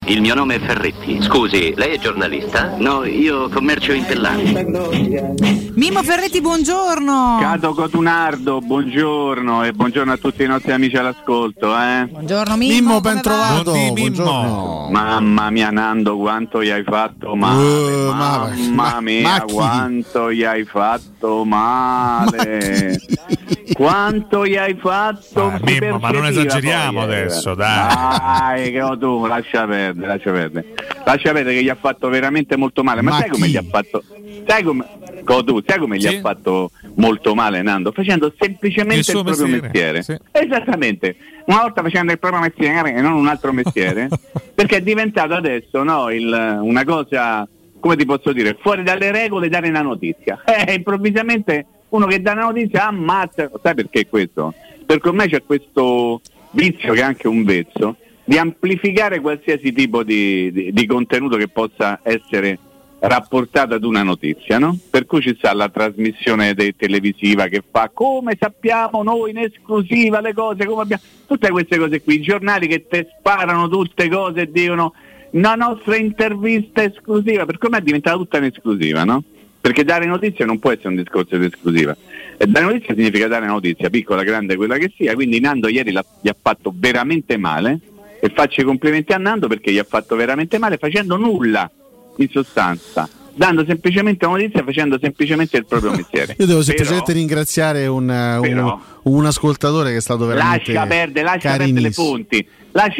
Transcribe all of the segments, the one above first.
Il mio nome è Ferretti. Scusi, lei è giornalista? No, io commercio in pellanti. Mimmo Ferretti, buongiorno. Cato Cotunardo, buongiorno e buongiorno a tutti i nostri amici all'ascolto. Buongiorno Mimmo. Mimmo, ben trovato. Buongiorno. Mamma mia Nando, quanto gli hai fatto male. Mamma mia, quanto gli hai fatto male. Quanto gli hai fatto Mimmo, ma non esageriamo poi, adesso, dai. Che tu, lascia perdere che gli ha fatto veramente molto male. Ma sai come gli ha fatto? Sai come gli ha fatto molto male Nando? Facendo semplicemente il proprio mestiere. Sì. Esattamente. Una volta facendo il proprio mestiere e non un altro mestiere, perché è diventato adesso una cosa, come ti posso dire, fuori dalle regole dare una notizia. Improvvisamente uno che dà una notizia ammazza. Sai perché questo? Perché ormai c'è questo vizio, che è anche un vezzo, di amplificare qualsiasi tipo di contenuto che possa essere rapportato ad una notizia, no? Per cui ci sta la trasmissione televisiva che fa come sappiamo noi in esclusiva le cose, come abbiamo tutte queste cose qui, i giornali che te sparano tutte cose e dicono la nostra intervista esclusiva, per come è diventata tutta un'esclusiva, no? Perché dare notizia non può essere un discorso di esclusiva, e dare notizia significa dare notizia, piccola, grande, quella che sia. Quindi Nando ieri gli ha fatto veramente male, e faccio i complimenti a Nando perché gli ha fatto veramente male facendo nulla in sostanza, dando semplicemente una notizia, facendo semplicemente il proprio mestiere. Io devo semplicemente ringraziare un ascoltatore che è stato veramente lascia perdere le fonti.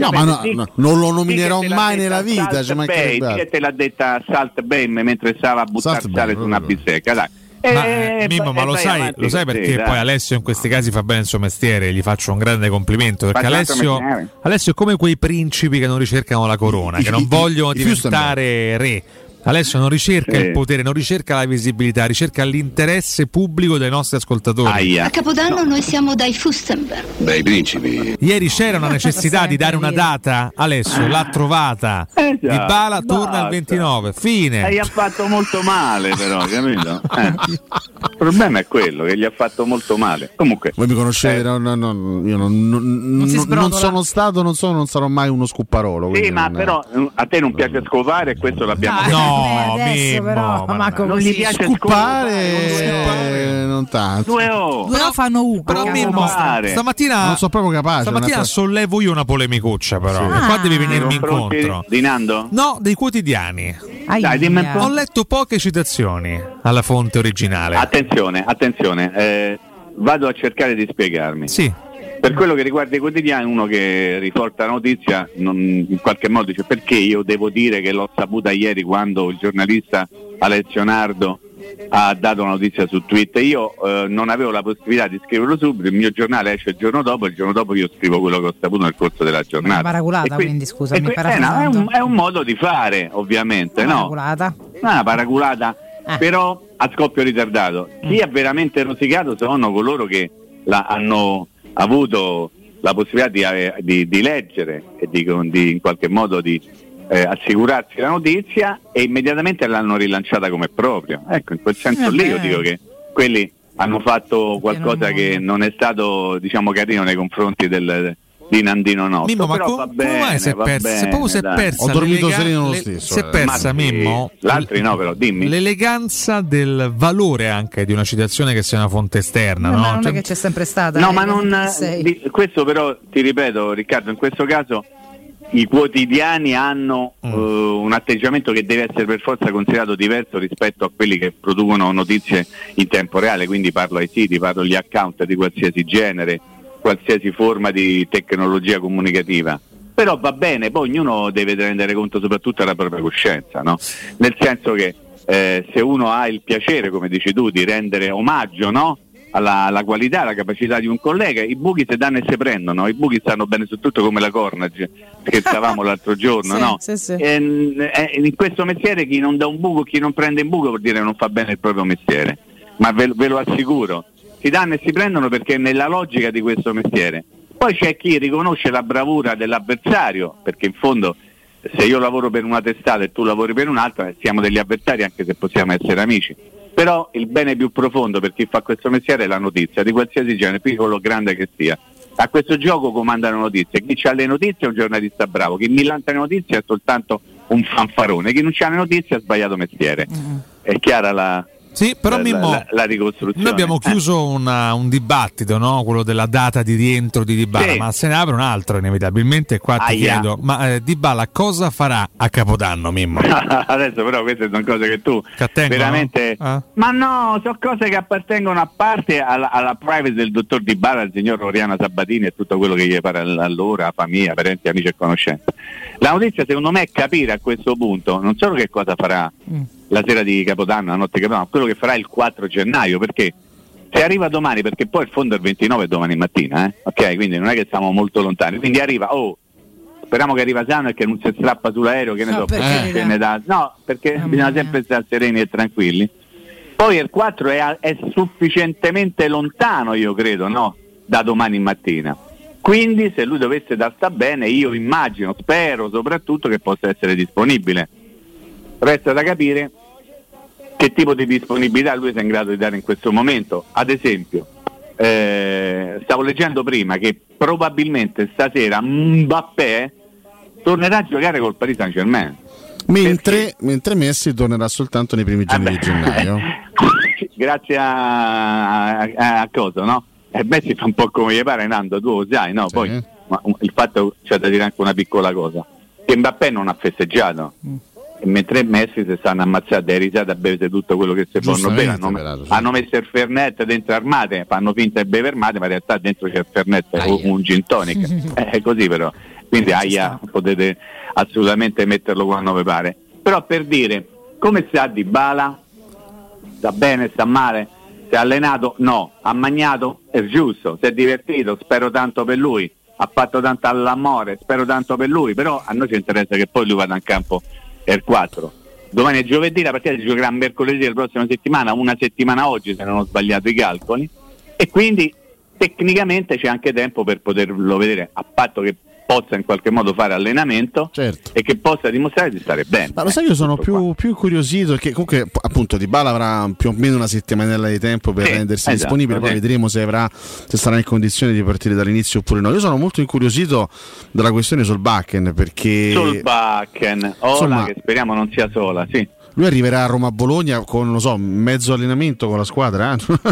Non lo nominerò mai nella vita. Che te l'ha detta Salt Bay mentre stava a buttare sale su una bistecca, dai. Mimmo, ma lo sai perché poi Alessio in questi casi fa bene il suo mestiere, gli faccio un grande complimento, perché Alessio è come quei principi che non ricercano la corona, che non vogliono diventare re. Alessio non ricerca il potere, non ricerca la visibilità, ricerca l'interesse pubblico dei nostri ascoltatori. A Capodanno noi siamo dai Fustenberg. Dai principi. Ieri c'era una necessità di dare una data, Alessio l'ha trovata. Dybala torna il 29, fine. Gli ha fatto molto male però, capito? Il problema è quello, che gli ha fatto molto male. Comunque voi mi conoscete, io non sono stato, non sarò mai uno scupparolo. Sì, ma però a te non piace scopare, e questo l'abbiamo detto. No, Mimmo, non gli piace scupare, non tanto. Due fanno U. Però Mimmo, stamattina non sono proprio capace. Stamattina sollevo io una polemicuccia, però. Qua devi venirmi incontro. Di Nando? No, dei quotidiani. Dai, dimmi un po'. Ho letto poche citazioni alla fonte originale. Attenzione, vado a cercare di spiegarmi. Sì. Per quello che riguarda i quotidiani, uno che riporta la notizia in qualche modo dice: perché io devo dire che l'ho saputa ieri quando il giornalista Alessio Nardo ha dato una notizia su Twitter? Io non avevo la possibilità di scriverlo subito, il mio giornale esce il giorno dopo io scrivo quello che ho saputo nel corso della giornata. Una paraculata, quindi scusami, è un modo di fare, ovviamente, paraculata. Una paraculata, però a scoppio ritardato. Chi è veramente rosicato sono coloro che hanno avuto la possibilità di leggere e di in qualche modo di assicurarsi la notizia, e immediatamente l'hanno rilanciata come propria. Ecco, in quel senso lì io dico che quelli hanno fatto qualcosa che non è stato, diciamo, carino nei confronti di Nandino nostro. Mimmo, però ma come mai si è persa? Ho dormito sereno lo stesso. Si è persa, Mimmo. L'altri no, però dimmi. L'eleganza del valore anche di una citazione che sia una fonte esterna, no? Ma non è che c'è sempre stata. No, ma non questo però, ti ripeto, Riccardo, in questo caso i quotidiani hanno un atteggiamento che deve essere per forza considerato diverso rispetto a quelli che producono notizie in tempo reale, quindi parlo ai siti, parlo agli account di qualsiasi genere, qualsiasi forma di tecnologia comunicativa. Però va bene, poi ognuno deve rendere conto soprattutto della propria coscienza, no? Nel senso che se uno ha il piacere, come dici tu, di rendere omaggio, no? alla qualità, alla capacità di un collega, i buchi si danno e si prendono, i buchi stanno bene su tutto, come la Cornage, scherzavamo l'altro giorno, sì, no? Sì. In questo mestiere chi non dà un buco, chi non prende in buco vuol dire che non fa bene il proprio mestiere, ma ve lo assicuro, si danno e si prendono perché è nella logica di questo mestiere. Poi c'è chi riconosce la bravura dell'avversario, perché in fondo se io lavoro per una testata e tu lavori per un'altra siamo degli avversari, anche se possiamo essere amici. Però il bene più profondo per chi fa questo mestiere è la notizia di qualsiasi genere, piccolo o grande che sia. A questo gioco comanda le notizie, chi ha le notizie è un giornalista bravo, chi millanta le notizie è soltanto un fanfarone, chi non ha le notizie ha sbagliato mestiere. È chiara la ricostruzione. Noi abbiamo chiuso un dibattito, no? Quello della data di rientro di Dybala, ma se ne apre un altro inevitabilmente, e qua ti chiedo, ma Dybala cosa farà a Capodanno, Mimmo? Adesso però queste sono cose che tu veramente ma no, sono cose che appartengono a parte alla privacy del dottor Dybala, il signor Oriana Sabatini e tutto quello che gli pare allora, famiglia, parenti, amici e conoscenze. La notizia secondo me è capire a questo punto non solo che cosa farà la sera di Capodanno, la notte di Capodanno, quello che farà il 4 gennaio, perché se arriva domani, perché poi il fondo è il 29 domani mattina, ok? Quindi non è che siamo molto lontani, quindi arriva, speriamo che arriva sano e che non si strappa sull'aereo, che ne so, che ne dà. No, perché bisogna sempre stare sereni e tranquilli. Poi il 4 è sufficientemente lontano, io credo, no? Da domani mattina. Quindi se lui dovesse sta bene, io immagino, spero soprattutto che possa essere disponibile. Resta da capire che tipo di disponibilità lui sia in grado di dare in questo momento. Ad esempio, stavo leggendo prima che probabilmente stasera Mbappé tornerà a giocare col Paris Saint-Germain. Mentre Messi tornerà soltanto nei primi giorni di gennaio. Grazie a cosa, no? Messi fa un po' come gli pare, Nando, tu lo sai, no? Sì. Poi ma il fatto c'è da dire anche una piccola cosa, che Mbappé non ha festeggiato. E mentre Messi si stanno ammazzando dai risate a bere tutto quello che si possono bere, hanno messo il Fernet dentro armate, fanno finta di bere armate, ma in realtà dentro c'è il Fernet o un gin tonic. È così però, quindi potete assolutamente metterlo quando vi pare. Però per dire, come sta Dybala? Sta bene, sta male? Si è allenato? No. Ha mangiato? È giusto. Si è divertito? Spero tanto per lui. Ha fatto tanto all'amore? Spero tanto per lui. Però a noi ci interessa che poi lui vada in campo il 4. Domani è giovedì, la partita si giocherà mercoledì della prossima settimana, una settimana oggi se non ho sbagliato i calcoli, e quindi tecnicamente c'è anche tempo per poterlo vedere, a patto che possa in qualche modo fare allenamento, certo, e che possa dimostrare di stare bene. Ma lo sai, io sono più incuriosito, perché comunque appunto Dybala avrà più o meno una settimanella di tempo per rendersi disponibile, poi vedremo se sarà in condizione di partire dall'inizio oppure no. Io sono molto incuriosito della questione Solbakken, perché Solbakken, che speriamo non sia sola, sì. Lui arriverà a Roma-Bologna con, non so, mezzo allenamento con la squadra,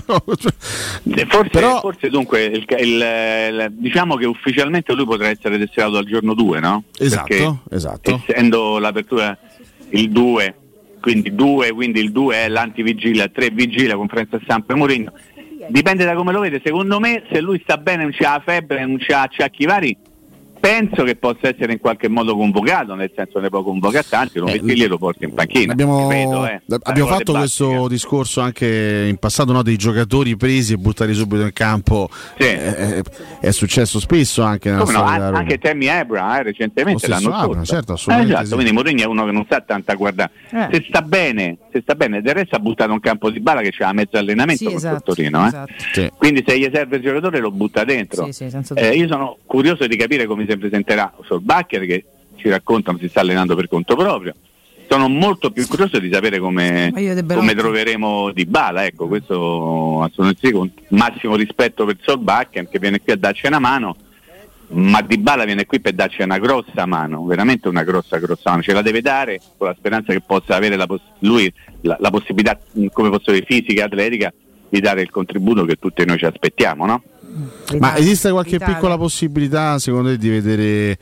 forse dunque diciamo che ufficialmente lui potrà essere destinato al giorno 2, no? Esatto. Essendo l'apertura il 2, quindi il 2 è l'antivigilia, 3 vigilia, conferenza stampa e Mourinho. Dipende da come lo vede. Secondo me, se lui sta bene, non c'ha la febbre, non c'ha acciacchi vari, penso che possa essere in qualche modo convocato, nel senso ne può convocare tanti, lo metti lì e lo porti in panchina. Abbiamo fatto questo discorso anche in passato, no, dei giocatori presi e buttati subito in campo. Sì. È successo spesso anche nella storia della Roma. Anche Tammy Abraham recentemente l'anno scorso. Certo, assolutamente. Esatto, sì. Quindi Mourinho è uno che non sta tanto a guardare. Se sta bene, del resto ha buttato un campo di Dybala che c'ha mezzo allenamento con il Torino. Esatto. Sì. Quindi se gli serve il giocatore lo butta dentro. Io sono curioso di capire come si presenterà Solbakken, che ci raccontano si sta allenando per conto proprio. Sono molto più curioso di sapere come troveremo Dybala, ecco, questo assolutamente con massimo rispetto per Solbakken che viene qui a darci una mano, ma Dybala viene qui per darci una grossa mano, veramente una grossa mano, ce la deve dare con la speranza che possa avere la possibilità, come posso dire, fisica e atletica, di dare il contributo che tutti noi ci aspettiamo, no? Ma esiste qualche piccola possibilità secondo te di vedere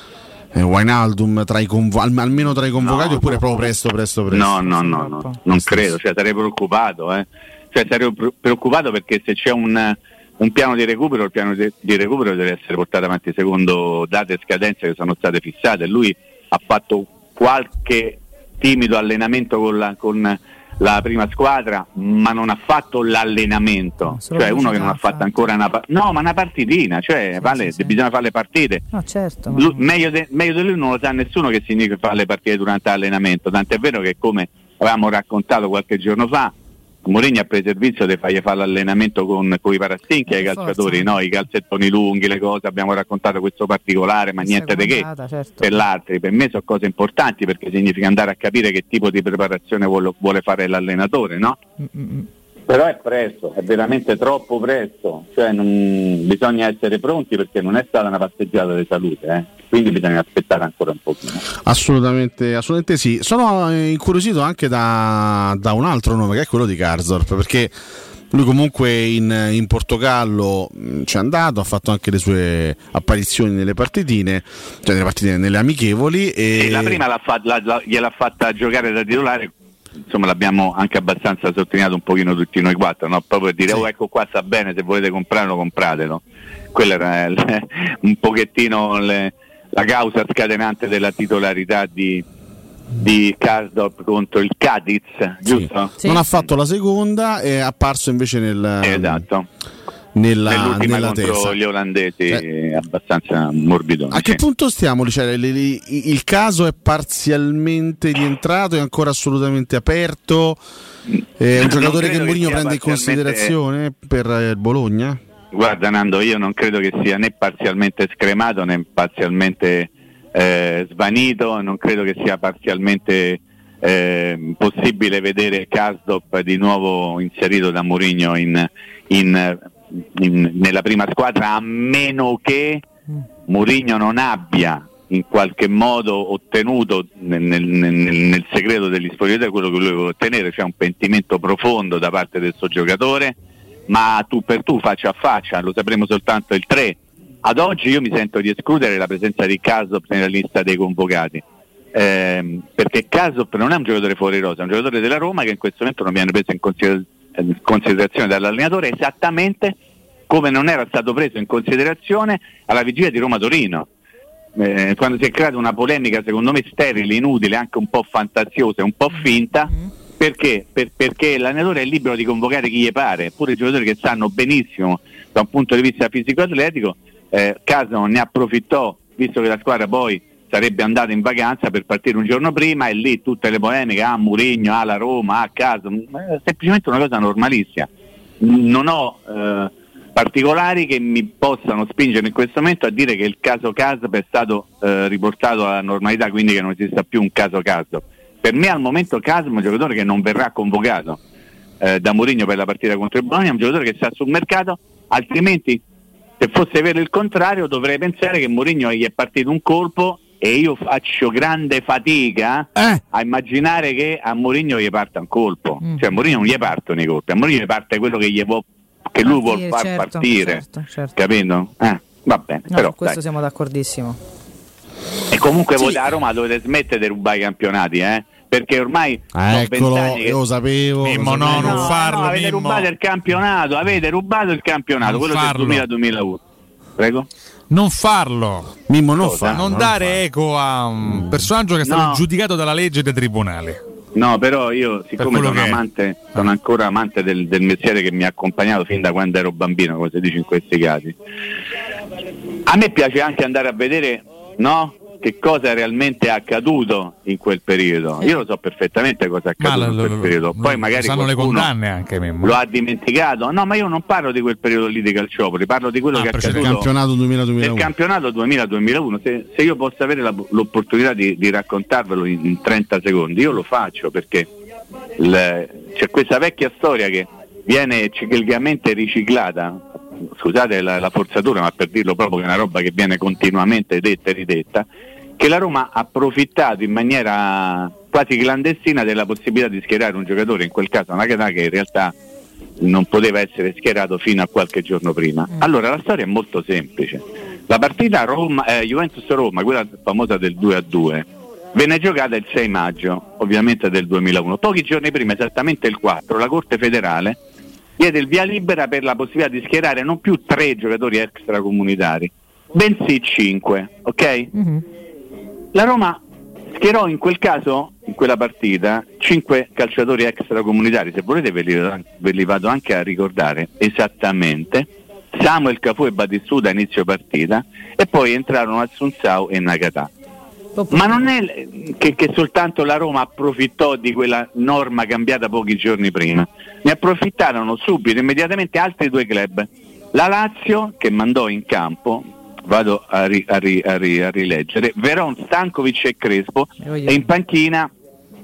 Wijnaldum almeno tra i convocati, oppure proprio presto? No, non credo, sarei preoccupato, sarei preoccupato perché se c'è un piano di recupero, il piano di recupero deve essere portato avanti secondo date e scadenze che sono state fissate. Lui ha fatto qualche timido allenamento con la prima squadra, ma non ha fatto l'allenamento, cioè uno che non ha fatto ancora una partitina, cioè bisogna fare le partite. No, certo. Meglio di lui non lo sa nessuno che significa fare le partite durante l'allenamento, tant'è vero che, come avevamo raccontato qualche giorno fa, Mourinho ha preso il vizio di fargli fare l'allenamento con i parastinchi ai calciatori, no? I calzettoni lunghi, le cose, abbiamo raccontato questo particolare, ma niente di che, certo. Per l'altro, per me sono cose importanti, perché significa andare a capire che tipo di preparazione vuole fare l'allenatore, no? Però è presto, è veramente troppo presto, cioè bisogna essere pronti perché non è stata una passeggiata di salute, quindi bisogna aspettare ancora un pochino. Assolutamente sì. Sono incuriosito anche da un altro nome che è quello di Karsdorp, perché lui comunque in Portogallo c'è andato, ha fatto anche le sue apparizioni nelle partitine, nelle amichevoli e la prima gliel'ha fatta giocare da titolare. Insomma, l'abbiamo anche abbastanza sottolineato un pochino tutti noi quattro, no? Proprio per dire ecco qua sta bene, se volete comprarlo compratelo. Quella era un pochettino la causa scatenante della titolarità di Karsdorp contro il Cadiz, giusto? Sì. Non ha fatto la seconda, è apparso invece esatto. nell'ultima contro terza. Gli olandesi abbastanza morbidoni. A che punto stiamo? Cioè, il caso è parzialmente rientrato, è ancora assolutamente aperto? È un giocatore che Mourinho prende in considerazione per il Bologna? Guarda Nando, io non credo che sia né parzialmente scremato né parzialmente svanito, non credo che sia parzialmente possibile vedere Karsdorp di nuovo inserito da Mourinho nella prima squadra, a meno che Mourinho non abbia in qualche modo ottenuto nel segreto degli spogliatoi quello che lui voleva ottenere, cioè un pentimento profondo da parte del suo giocatore, ma tu per tu, faccia a faccia, lo sapremo soltanto il 3. Ad oggi io mi sento di escludere la presenza di Karsdorp nella lista dei convocati, perché Karsdorp non è un giocatore fuori rosa, è un giocatore della Roma che in questo momento non viene preso in considerazione dall'allenatore, esattamente come non era stato preso in considerazione alla vigilia di Roma-Torino, quando si è creata una polemica secondo me sterile, inutile, anche un po' fantasiosa e un po' finta. Perché? Perché l'allenatore è libero di convocare chi gli pare, pure i giocatori che sanno benissimo da un punto di vista fisico-atletico. Karsdorp ne approfittò, visto che la squadra poi sarebbe andata in vacanza, per partire un giorno prima, e lì tutte le polemiche, Mourinho, la Roma, Karsdorp, semplicemente una cosa normalissima. Non ho particolari che mi possano spingere in questo momento a dire che il caso Karsdorp è stato riportato alla normalità, quindi che non esista più un caso Karsdorp. Per me al momento Karsdorp è un giocatore che non verrà convocato da Mourinho per la partita contro il Bologna, è un giocatore che sta sul mercato, altrimenti se fosse vero il contrario dovrei pensare che Mourinho gli è partito un colpo, e io faccio grande fatica a immaginare che a Mourinho gli parta un colpo. Cioè a Mourinho non gli partono i colpi, a Mourinho gli parte quello che lui vuol far partire, certo. Capito? Va bene, no, però questo siamo d'accordissimo. E comunque voi da Roma dovete smettere di rubare i campionati, perché ormai eccolo, io lo sapevo. Mimmo, non farlo. Avete rubato il campionato, quello del 2000-2001. Prego. Non farlo, Mimmo, non dare eco a un personaggio che è stato giudicato dalla legge e dai tribunali. No, però io, siccome sono ancora amante del mestiere che mi ha accompagnato fin da quando ero bambino, come si dice in questi casi, a me piace anche andare a vedere, no? Che cosa realmente è accaduto in quel periodo. Io lo so perfettamente cosa è accaduto in quel periodo. Poi magari sanno le condanne anche, Mimmo. Lo ha dimenticato. No, ma io non parlo di quel periodo lì di Calciopoli, parlo di quello che è accaduto nel campionato 2000-2001. Nel campionato 2000-2001. Se io posso avere l'opportunità di raccontarvelo in 30 secondi, io lo faccio, perché c'è questa vecchia storia che viene ciclicamente riciclata. Scusate la forzatura, ma per dirlo proprio, che è una roba che viene continuamente detta e ridetta, che la Roma ha approfittato in maniera quasi clandestina della possibilità di schierare un giocatore, in quel caso Nakata, che in realtà non poteva essere schierato fino a qualche giorno prima. Allora la storia è molto semplice. La partita Juventus-Roma, quella famosa del 2-2, venne giocata il 6 maggio, ovviamente del 2001. Pochi giorni prima, esattamente il 4, la Corte Federale diede il via libera per la possibilità di schierare non più 3 giocatori extracomunitari, bensì 5, ok? La Roma schierò in quel caso, in quella partita, 5 calciatori extracomunitari. Se volete ve li vado anche a ricordare esattamente: Samuel, Cafu e Batistuta a inizio partita, e poi entrarono Assunzao e Nakata. Ma non è che soltanto la Roma approfittò di quella norma cambiata pochi giorni prima, ne approfittarono subito, immediatamente, altri 2 club. La Lazio, che mandò in campo, vado a rileggere, Veron, Stankovic e Crespo, e in panchina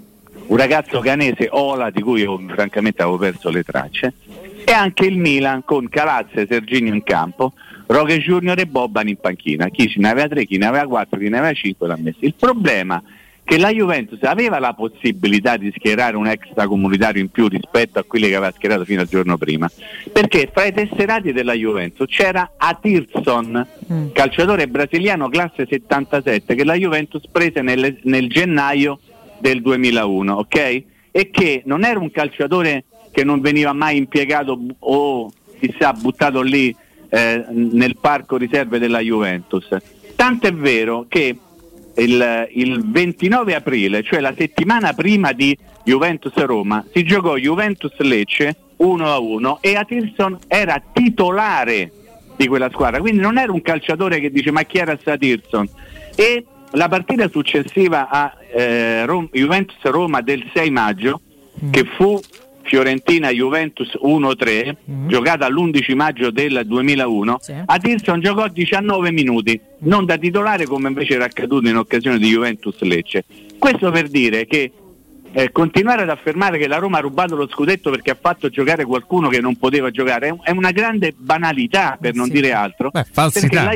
un ragazzo ghanese, Ola, di cui io francamente avevo perso le tracce, e anche il Milan con Calazze e Serginho in campo, Roque Junior e Boban in panchina. Chi ne aveva 3, chi ne aveva 4, chi ne aveva 5 l'ha messo. Il problema che la Juventus aveva la possibilità di schierare un extracomunitario in più rispetto a quelli che aveva schierato fino al giorno prima, perché fra i tesserati della Juventus c'era Atirson, calciatore brasiliano classe 77, che la Juventus prese nel gennaio del 2001, ok? E che non era un calciatore che non veniva mai impiegato o chissà buttato lì nel parco riserve della Juventus. Tanto è vero che il 29 aprile, cioè la settimana prima di Juventus-Roma, si giocò Juventus-Lecce 1-1 e Atirson era titolare di quella squadra, quindi non era un calciatore che dice ma chi era Atirson. E la partita successiva a Juventus-Roma del 6 maggio, che fu Fiorentina-Juventus 1-3, giocata l'11 maggio del 2001, sì. Atirson giocò 19 minuti, non da titolare come invece era accaduto in occasione di Juventus-Lecce. Questo per dire che continuare ad affermare che la Roma ha rubato lo scudetto perché ha fatto giocare qualcuno che non poteva giocare è una grande banalità, per non dire altro. Falsità,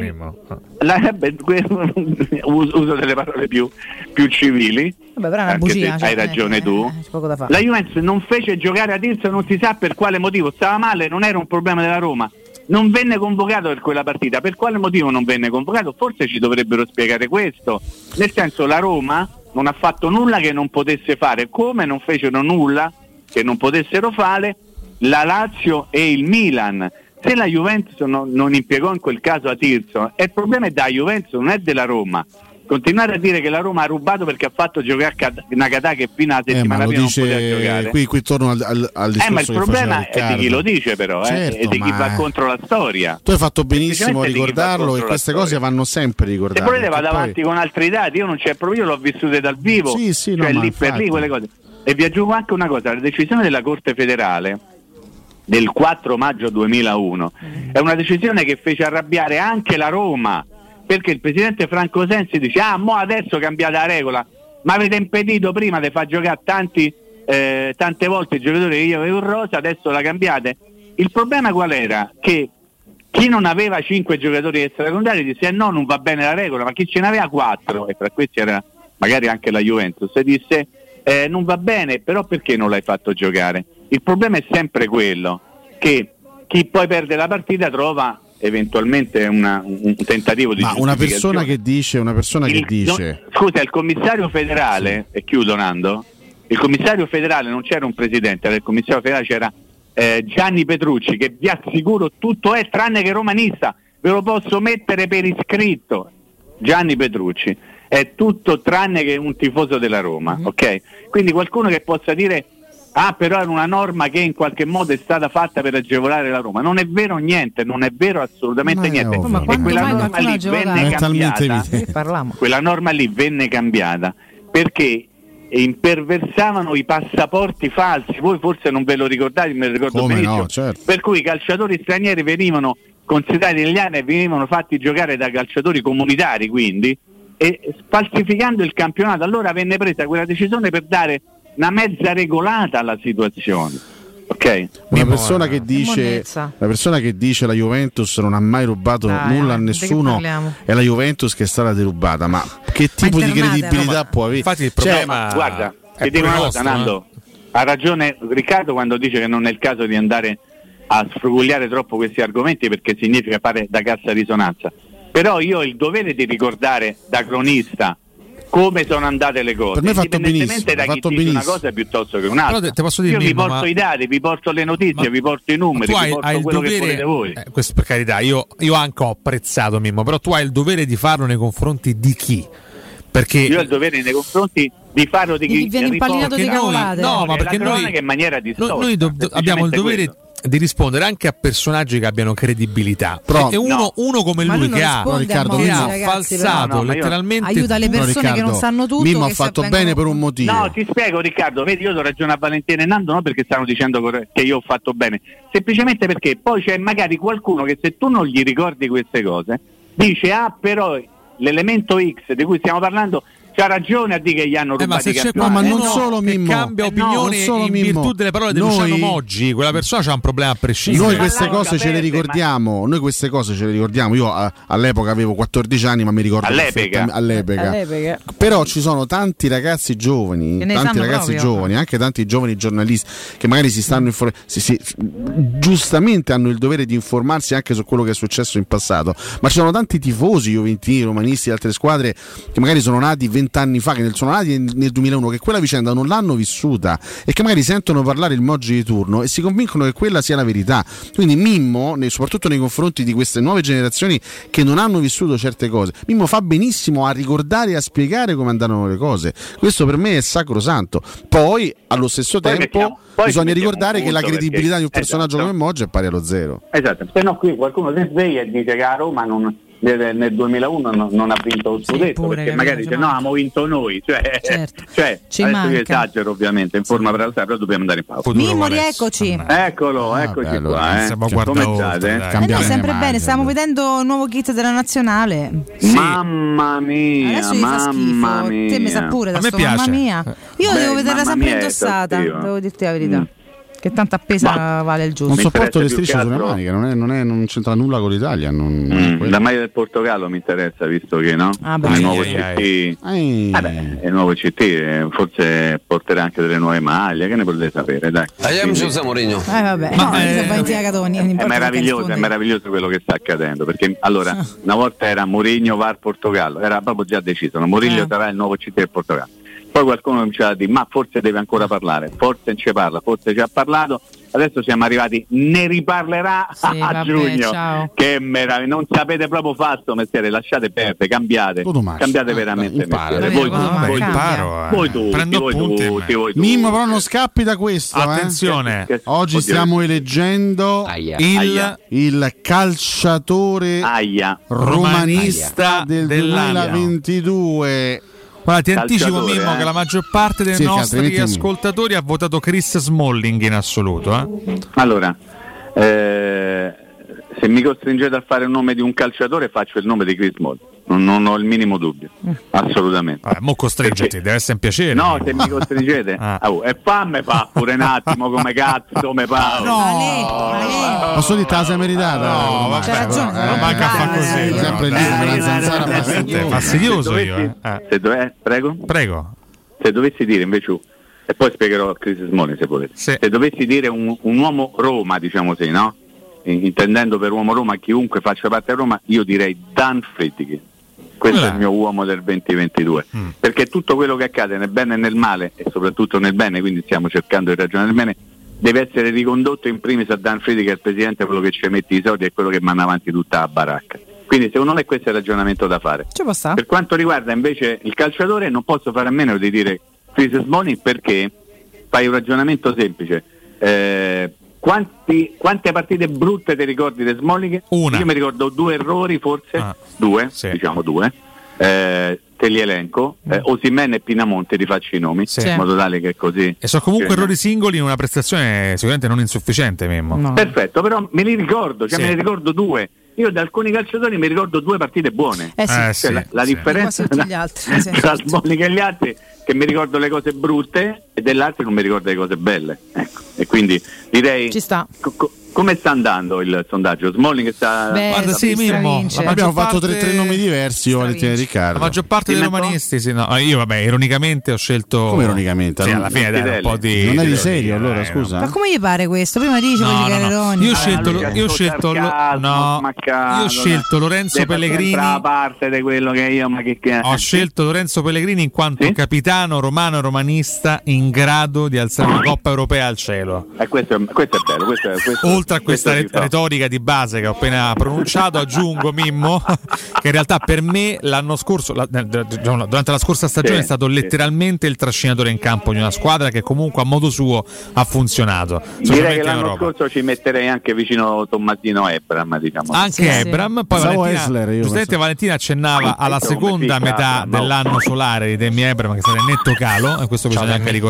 uso delle parole più civili. Vabbè, però è una bugia, hai ragione tu. La Juventus non fece giocare a Tirso, non si sa per quale motivo, stava male, non era un problema della Roma, non venne convocato per quella partita. Per quale motivo non venne convocato? Forse ci dovrebbero spiegare questo, nel senso la Roma non ha fatto nulla che non potesse fare, come non fecero nulla che non potessero fare la Lazio e il Milan. Se la Juventus non impiegò in quel caso a Tirso, il problema è da Juventus, non è della Roma. Continuare a dire che la Roma ha rubato perché ha fatto giocare Nakata che fino alla settimana prima non poteva giocare. Qui torno al discorso. Ma il problema è di chi lo dice, però, certo, e di chi va contro la storia. Tu hai fatto benissimo a ricordarlo, e queste cose vanno sempre ricordate. Se volete vado avanti con altri dati, io non c'è proprio, io l'ho vissute dal vivo, sì, cioè lì per lì quelle cose. E vi aggiungo anche una cosa, la decisione della Corte federale del 4 maggio 2001 è una decisione che fece arrabbiare anche la Roma, perché il presidente Franco Sensi dice mo adesso cambiate la regola, ma avete impedito prima di far giocare tante volte i giocatori che io avevo in rosa, adesso la cambiate. Il problema qual era? Che chi non aveva 5 giocatori extracondari disse no, non va bene la regola, ma chi ce n'aveva 4, e tra questi era magari anche la Juventus, e disse non va bene, però perché non l'hai fatto giocare? Il problema è sempre quello, che chi poi perde la partita trova eventualmente un tentativo di giustificazione. Una persona che dice scusa, il commissario federale, sì. E chiudo Nando, il commissario federale non c'era un presidente, era il commissario federale, c'era Gianni Petrucci, che vi assicuro tutto è tranne che romanista, ve lo posso mettere per iscritto. Gianni Petrucci è tutto tranne che un tifoso della Roma, ok? Quindi qualcuno che possa dire però era una norma che in qualche modo è stata fatta per agevolare la Roma. Non è vero niente, non è vero assolutamente niente. E quella norma lì venne cambiata. Quella norma lì venne cambiata perché imperversavano i passaporti falsi. Voi forse non ve lo ricordate, me lo ricordo benissimo. No, certo. Per cui i calciatori stranieri venivano considerati italiani e venivano fatti giocare da calciatori comunitari, quindi, e falsificando il campionato. Allora venne presa quella decisione per dare una mezza regolata alla situazione, ok? Una persona che dice la Juventus non ha mai rubato nulla a nessuno, è la Juventus che è stata derubata, ma che tipo di credibilità può avere? Infatti il problema guarda, ti dico una cosa, Nando, ha ragione Riccardo quando dice che non è il caso di andare a sfrugugliare troppo questi argomenti, perché significa fare da cassa risonanza, però io ho il dovere di ricordare da cronista come sono andate le cose, per me fatto indipendentemente da chi dice una cosa piuttosto che un'altra. Io vi porto i dati, vi porto le notizie, vi porto i numeri, vi porto quello che volete voi. Questo per carità, io anche ho apprezzato Mimmo, però tu hai il dovere di farlo nei confronti di chi? Perché io ho il dovere nei confronti di farlo di chi viene impallinato di cavolate. No, ma perché noi in maniera distorta, noi abbiamo il dovere di rispondere anche a personaggi che abbiano credibilità. E uno come lui che ha falsato letteralmente, aiuta le persone che non sanno tutto. Mimmo ha fatto bene per un motivo. No, ti spiego Riccardo, vedi, io do ragione a Valentina e Nando, non perché stanno dicendo che io ho fatto bene, semplicemente perché poi c'è magari qualcuno che se tu non gli ricordi queste cose dice però l'elemento X di cui stiamo parlando c'ha ragione a dire che gli hanno rubato i campioni. Ma non solo Mimmo, cambia opinione in virtù delle parole di Luciano Moggi, quella persona c'ha un problema a prescindere. Noi queste cose ce le ricordiamo, io all'epoca avevo 14 anni, ma mi ricordo all'epoca. Però ci sono tanti ragazzi giovani, anche tanti giovani giornalisti che magari si stanno giustamente hanno il dovere di informarsi anche su quello che è successo in passato, ma ci sono tanti tifosi juventini, romanisti, altre squadre che magari sono nati 20 anni fa, che sono nati nel 2001, che quella vicenda non l'hanno vissuta e che magari sentono parlare il Moggi di turno e si convincono che quella sia la verità. Quindi Mimmo, soprattutto nei confronti di queste nuove generazioni che non hanno vissuto certe cose, Mimmo fa benissimo a ricordare e a spiegare come andavano le cose. Questo per me è sacrosanto. Poi allo stesso tempo bisogna ricordare che la credibilità di un personaggio come Moggi è pari allo zero. Esatto, se no qui qualcuno si sveglia e dice che a Roma nel 2001 non ha vinto il scudetto, perché magari dice no, abbiamo vinto noi, cioè adesso io esagero ovviamente in forma però dobbiamo andare in pausa. Mimmo, eccoci. Eccoci qua. Come state? Sempre bene, stiamo vedendo il nuovo kit della nazionale. Mamma mia, adesso mamma mia. Te mi sa pure da sto mamma mia. Io devo vederla sempre indossata, devo dirti la verità. Che tanto appesa vale il giusto. Non sopporto le strisce sulle maniche, non c'entra nulla con l'Italia. La maglia del Portogallo mi interessa, visto che il nuovo CT, il nuovo CT forse porterà anche delle nuove maglie, che ne potete sapere, dai. José Mourinho. È meraviglioso quello che sta accadendo, perché allora una volta era Mourinho va al Portogallo, era proprio già deciso, Mourinho sarà il nuovo CT del Portogallo. Poi qualcuno cominciava a dire ma forse deve ancora parlare, forse non ci parla, forse ci ha parlato, adesso siamo arrivati, ne riparlerà a giugno. Ciao. Che meraviglia, non sapete proprio fare sto mestiere, lasciate perdere, cambiate veramente mestiere. Voi tutti. Mimmo, però non scappi da questo. Attenzione, oggi stiamo eleggendo il calciatore romanista del 2022. Guarda, ti anticipo Mimmo che la maggior parte dei nostri ascoltatori ha votato Chris Smalling in assoluto. Allora, se mi costringete a fare il nome di un calciatore faccio il nome di Chris Smalling, non ho il minimo dubbio, assolutamente. Mo costringete, deve essere un piacere. No, se mi costringete e fammi fa pure un attimo come cazzo me fa. Posso dire te sei meritata? No, c'è ragione, non manca a fa così, sempre lì come una zanzara fastidioso io. Prego. Se dovessi dire invece, e poi spiegherò a Chris Smalling se volete, se dovessi dire un uomo Roma, diciamo sì, no? Intendendo per uomo Roma chiunque faccia parte a Roma, io direi Dan Friedrich. Questo è il mio uomo del 2022, perché tutto quello che accade nel bene e nel male, e soprattutto nel bene, quindi stiamo cercando di ragionare nel bene, deve essere ricondotto in primis a Dan Friedrich, che è il presidente, quello che ci mette i soldi e quello che manda avanti tutta la baracca. Quindi secondo me questo è il ragionamento da fare. Per quanto riguarda invece il calciatore, non posso fare a meno di dire Chris Smalling, perché fai un ragionamento semplice. Quante partite brutte ti ricordi di Smalling? Una. Io mi ricordo 2 errori, forse diciamo 2. Te li elenco, Osimhen e Pinamonti, ti faccio i nomi in modo tale che così. E sono comunque errori singoli in una prestazione sicuramente non insufficiente, Mimmo. No. Perfetto, però me li ricordo, me ne ricordo 2. Io da alcuni calciatori mi ricordo 2 partite buone. La differenza tra Smalling e gli altri, che mi ricordo le cose brutte e dell'altro non mi ricordo le cose belle. Ecco. E quindi direi ci sta. Come sta andando il sondaggio? Smalling sta... Guarda, sì, Mimmo, abbiamo fatto 3 nomi diversi, io Valentina e Riccardo. La maggior parte dei romanisti, io ironicamente ho scelto... Come ironicamente? Alla fine dai, un po' di... Non eri serio allora, scusa? Ma come gli pare questo? Prima dice quelli che erano... Io ho scelto Lorenzo Pellegrini. Parte di quello che io, ho scelto Lorenzo Pellegrini in quanto capitano romano e romanista in grado di alzare una Coppa Europea al cielo. Questo è bello, questo oltre a questa retorica di base che ho appena pronunciato, aggiungo, Mimmo, che in realtà per me l'anno scorso, durante la scorsa stagione, è stato letteralmente il trascinatore in campo di una squadra che comunque a modo suo ha funzionato. Direi che l'anno scorso ci metterei anche vicino Tommasino Ebram, diciamo. Anche Ebram, poi Valentina accennava alla seconda metà dell'anno solare di Demi Ebram, che sarà in netto calo, e questo bisogna anche ricordare.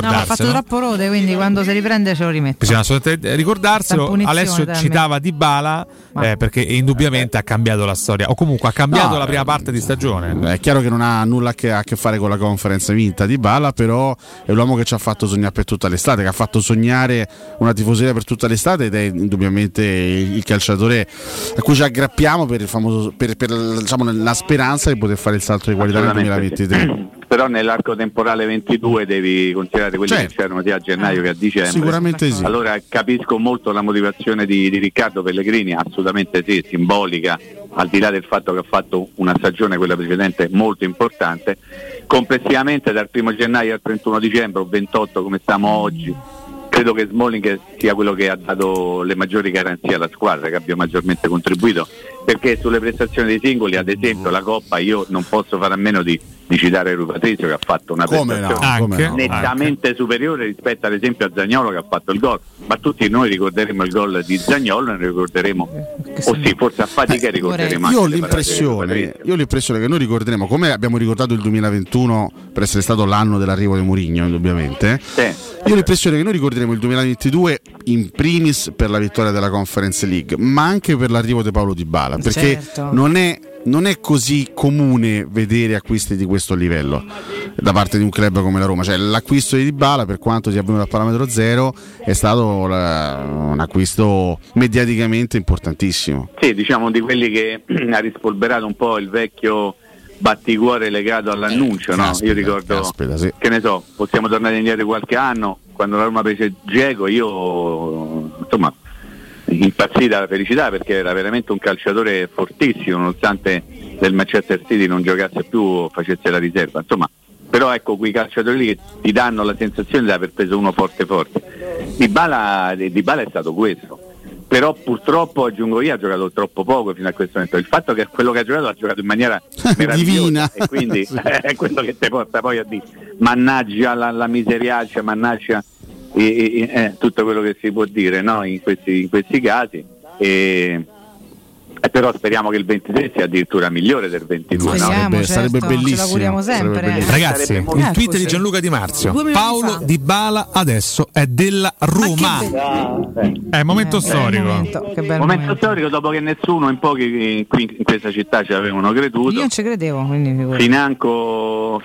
ricordarselo. Ha fatto troppo rode, quindi quando si riprende ce lo rimette. Bisogna assolutamente ricordarselo. Alessio citava Dybala perché indubbiamente ha cambiato la storia, o comunque ha cambiato la prima parte di stagione. È chiaro che non ha nulla a che fare con la conference vinta Dybala, però è l'uomo che ci ha fatto sognare per tutta l'estate, che ha fatto sognare una tifoseria per tutta l'estate, ed è indubbiamente il calciatore a cui ci aggrappiamo per il famoso diciamo, la speranza di poter fare il salto di qualità nel 2023. Però nell'arco temporale 22 devi considerare quelli che c'erano sia a gennaio che a dicembre. Sicuramente sì. Allora capisco molto la motivazione di Riccardo Pellegrini, assolutamente sì, simbolica, al di là del fatto che ha fatto una stagione, quella precedente, molto importante. Complessivamente dal 1 gennaio al 31 dicembre o 28 come stiamo oggi, credo che Smalling sia quello che ha dato le maggiori garanzie alla squadra, che abbia maggiormente contribuito, perché sulle prestazioni dei singoli, ad esempio la Coppa, io non posso fare a meno di citare Rui Patrizio, che ha fatto una prestazione nettamente superiore rispetto ad esempio a Zaniolo, che ha fatto il gol, ma tutti noi ricorderemo il gol di Zaniolo e ne ricorderemo, forse a fatica ricorderemo io ho l'impressione che noi ricorderemo, come abbiamo ricordato il 2021 per essere stato l'anno dell'arrivo di Mourinho, indubbiamente. Io ho l'impressione che noi ricorderemo il 2022 in primis per la vittoria della Conference League, ma anche per l'arrivo di Paulo Dybala, perché non è così comune vedere acquisti di questo livello da parte di un club come la Roma. Cioè, l'acquisto di Dybala, per quanto sia avvenuto a parametro zero, è stato un acquisto mediaticamente importantissimo. Sì, diciamo di quelli che ha rispolverato un po' il vecchio batticuore legato all'annuncio, no? Io ricordo, che ne so, possiamo tornare indietro qualche anno, quando la Roma prese Dzeko, io insomma impazzita la felicità, perché era veramente un calciatore fortissimo, nonostante del Manchester City non giocasse più o facesse la riserva, insomma. Però ecco, quei calciatori lì che ti danno la sensazione di aver preso uno forte. Dybala è stato questo, però purtroppo, aggiungo io, ha giocato troppo poco fino a questo momento. Il fatto che quello che ha giocato in maniera divina, e quindi è quello che ti porta poi a dire mannaggia la miseriaccia, mannaggia tutto quello che si può dire, no? in questi casi, però speriamo che il 23 sia addirittura migliore del 22. Sarebbe bellissimo. Ce l'auguriamo sempre. Ragazzi, il tweet di Gianluca Di Marzio: Paulo Dybala adesso è della Roma. È momento storico. Che bel momento storico, dopo che nessuno, in pochi qui in questa città ci avevano creduto. Io non ci credevo, quindi Financo,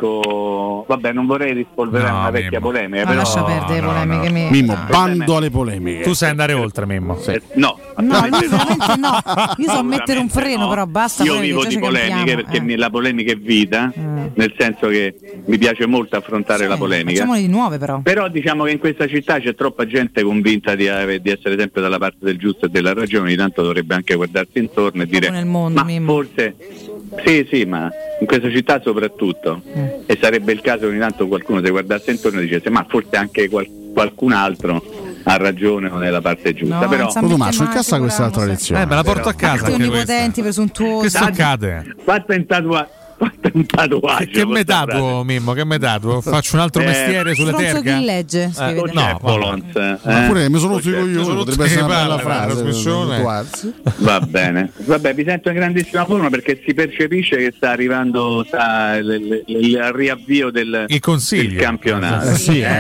vabbè, non vorrei rispolverare una vecchia polemica, però lascia perdere polemiche. Mimmo, bando alle polemiche. Tu sai andare oltre, Mimmo. No, lui veramente no. Io so mettere un freno, però basta. Io vivo di polemiche, perché la polemica è vita, nel senso che mi piace molto affrontare la polemica. Facciamone di nuove, però diciamo che in questa città c'è troppa gente convinta di essere sempre dalla parte del giusto e della ragione. Ogni tanto dovrebbe anche guardarsi intorno e dire nel mondo, forse sì, ma in questa città soprattutto, e sarebbe il caso che ogni tanto qualcuno si guardasse intorno e dicesse ma forse anche qualcun altro ha ragione, non è la parte giusta. No, però Tommaso, in casa quest'altra lezione. Me la porto a casa. Onnipotenti, presuntuosi. Che accade? Fatta un tatuaggio. Che me tatuo, Mimmo? Che me tatuo? Faccio un altro mestiere sulle terga? Chi legge? No, pure mi sono rotto i coglioni, potrebbe essere una bella frase. Va bene. Vabbè, mi sento in grandissima forma, perché si percepisce che sta arrivando il riavvio del campionato.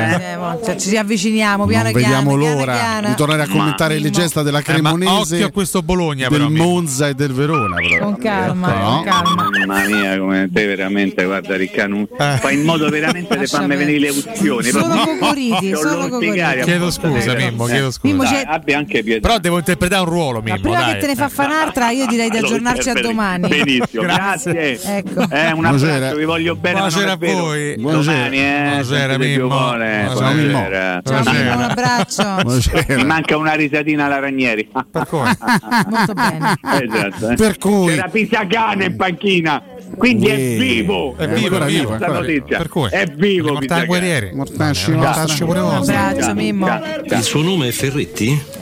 Ci avviciniamo piano piano. Vediamo l'ora di tornare a commentare le gesta della Cremonese, occhio a questo Bologna, del Monza e del Verona. Con calma. Mamma mia, come te veramente, guarda Riccardo, fai in modo veramente di farmi venire le emozioni. Solo cocoriti. Chiedo scusa, Mimmo, abbia anche pietà. Però devo interpretare un ruolo, Mimmo. Prima che te ne fa un'altra, io direi di aggiornarci a domani. Benissimo, grazie. Ecco. Un abbraccio, vi voglio bene. Buonasera a voi. Buonasera Mimmo. Buonasera. Un abbraccio. Mi manca una risatina alla Ranieri. Per come? Molto bene. Esatto. Per cui c'era Pisacane in panchina. Quindi è vivo. È vivo. Per cui è vivo. Mortacci pure Un abbraccio, Mimmo. Il suo nome è Ferretti?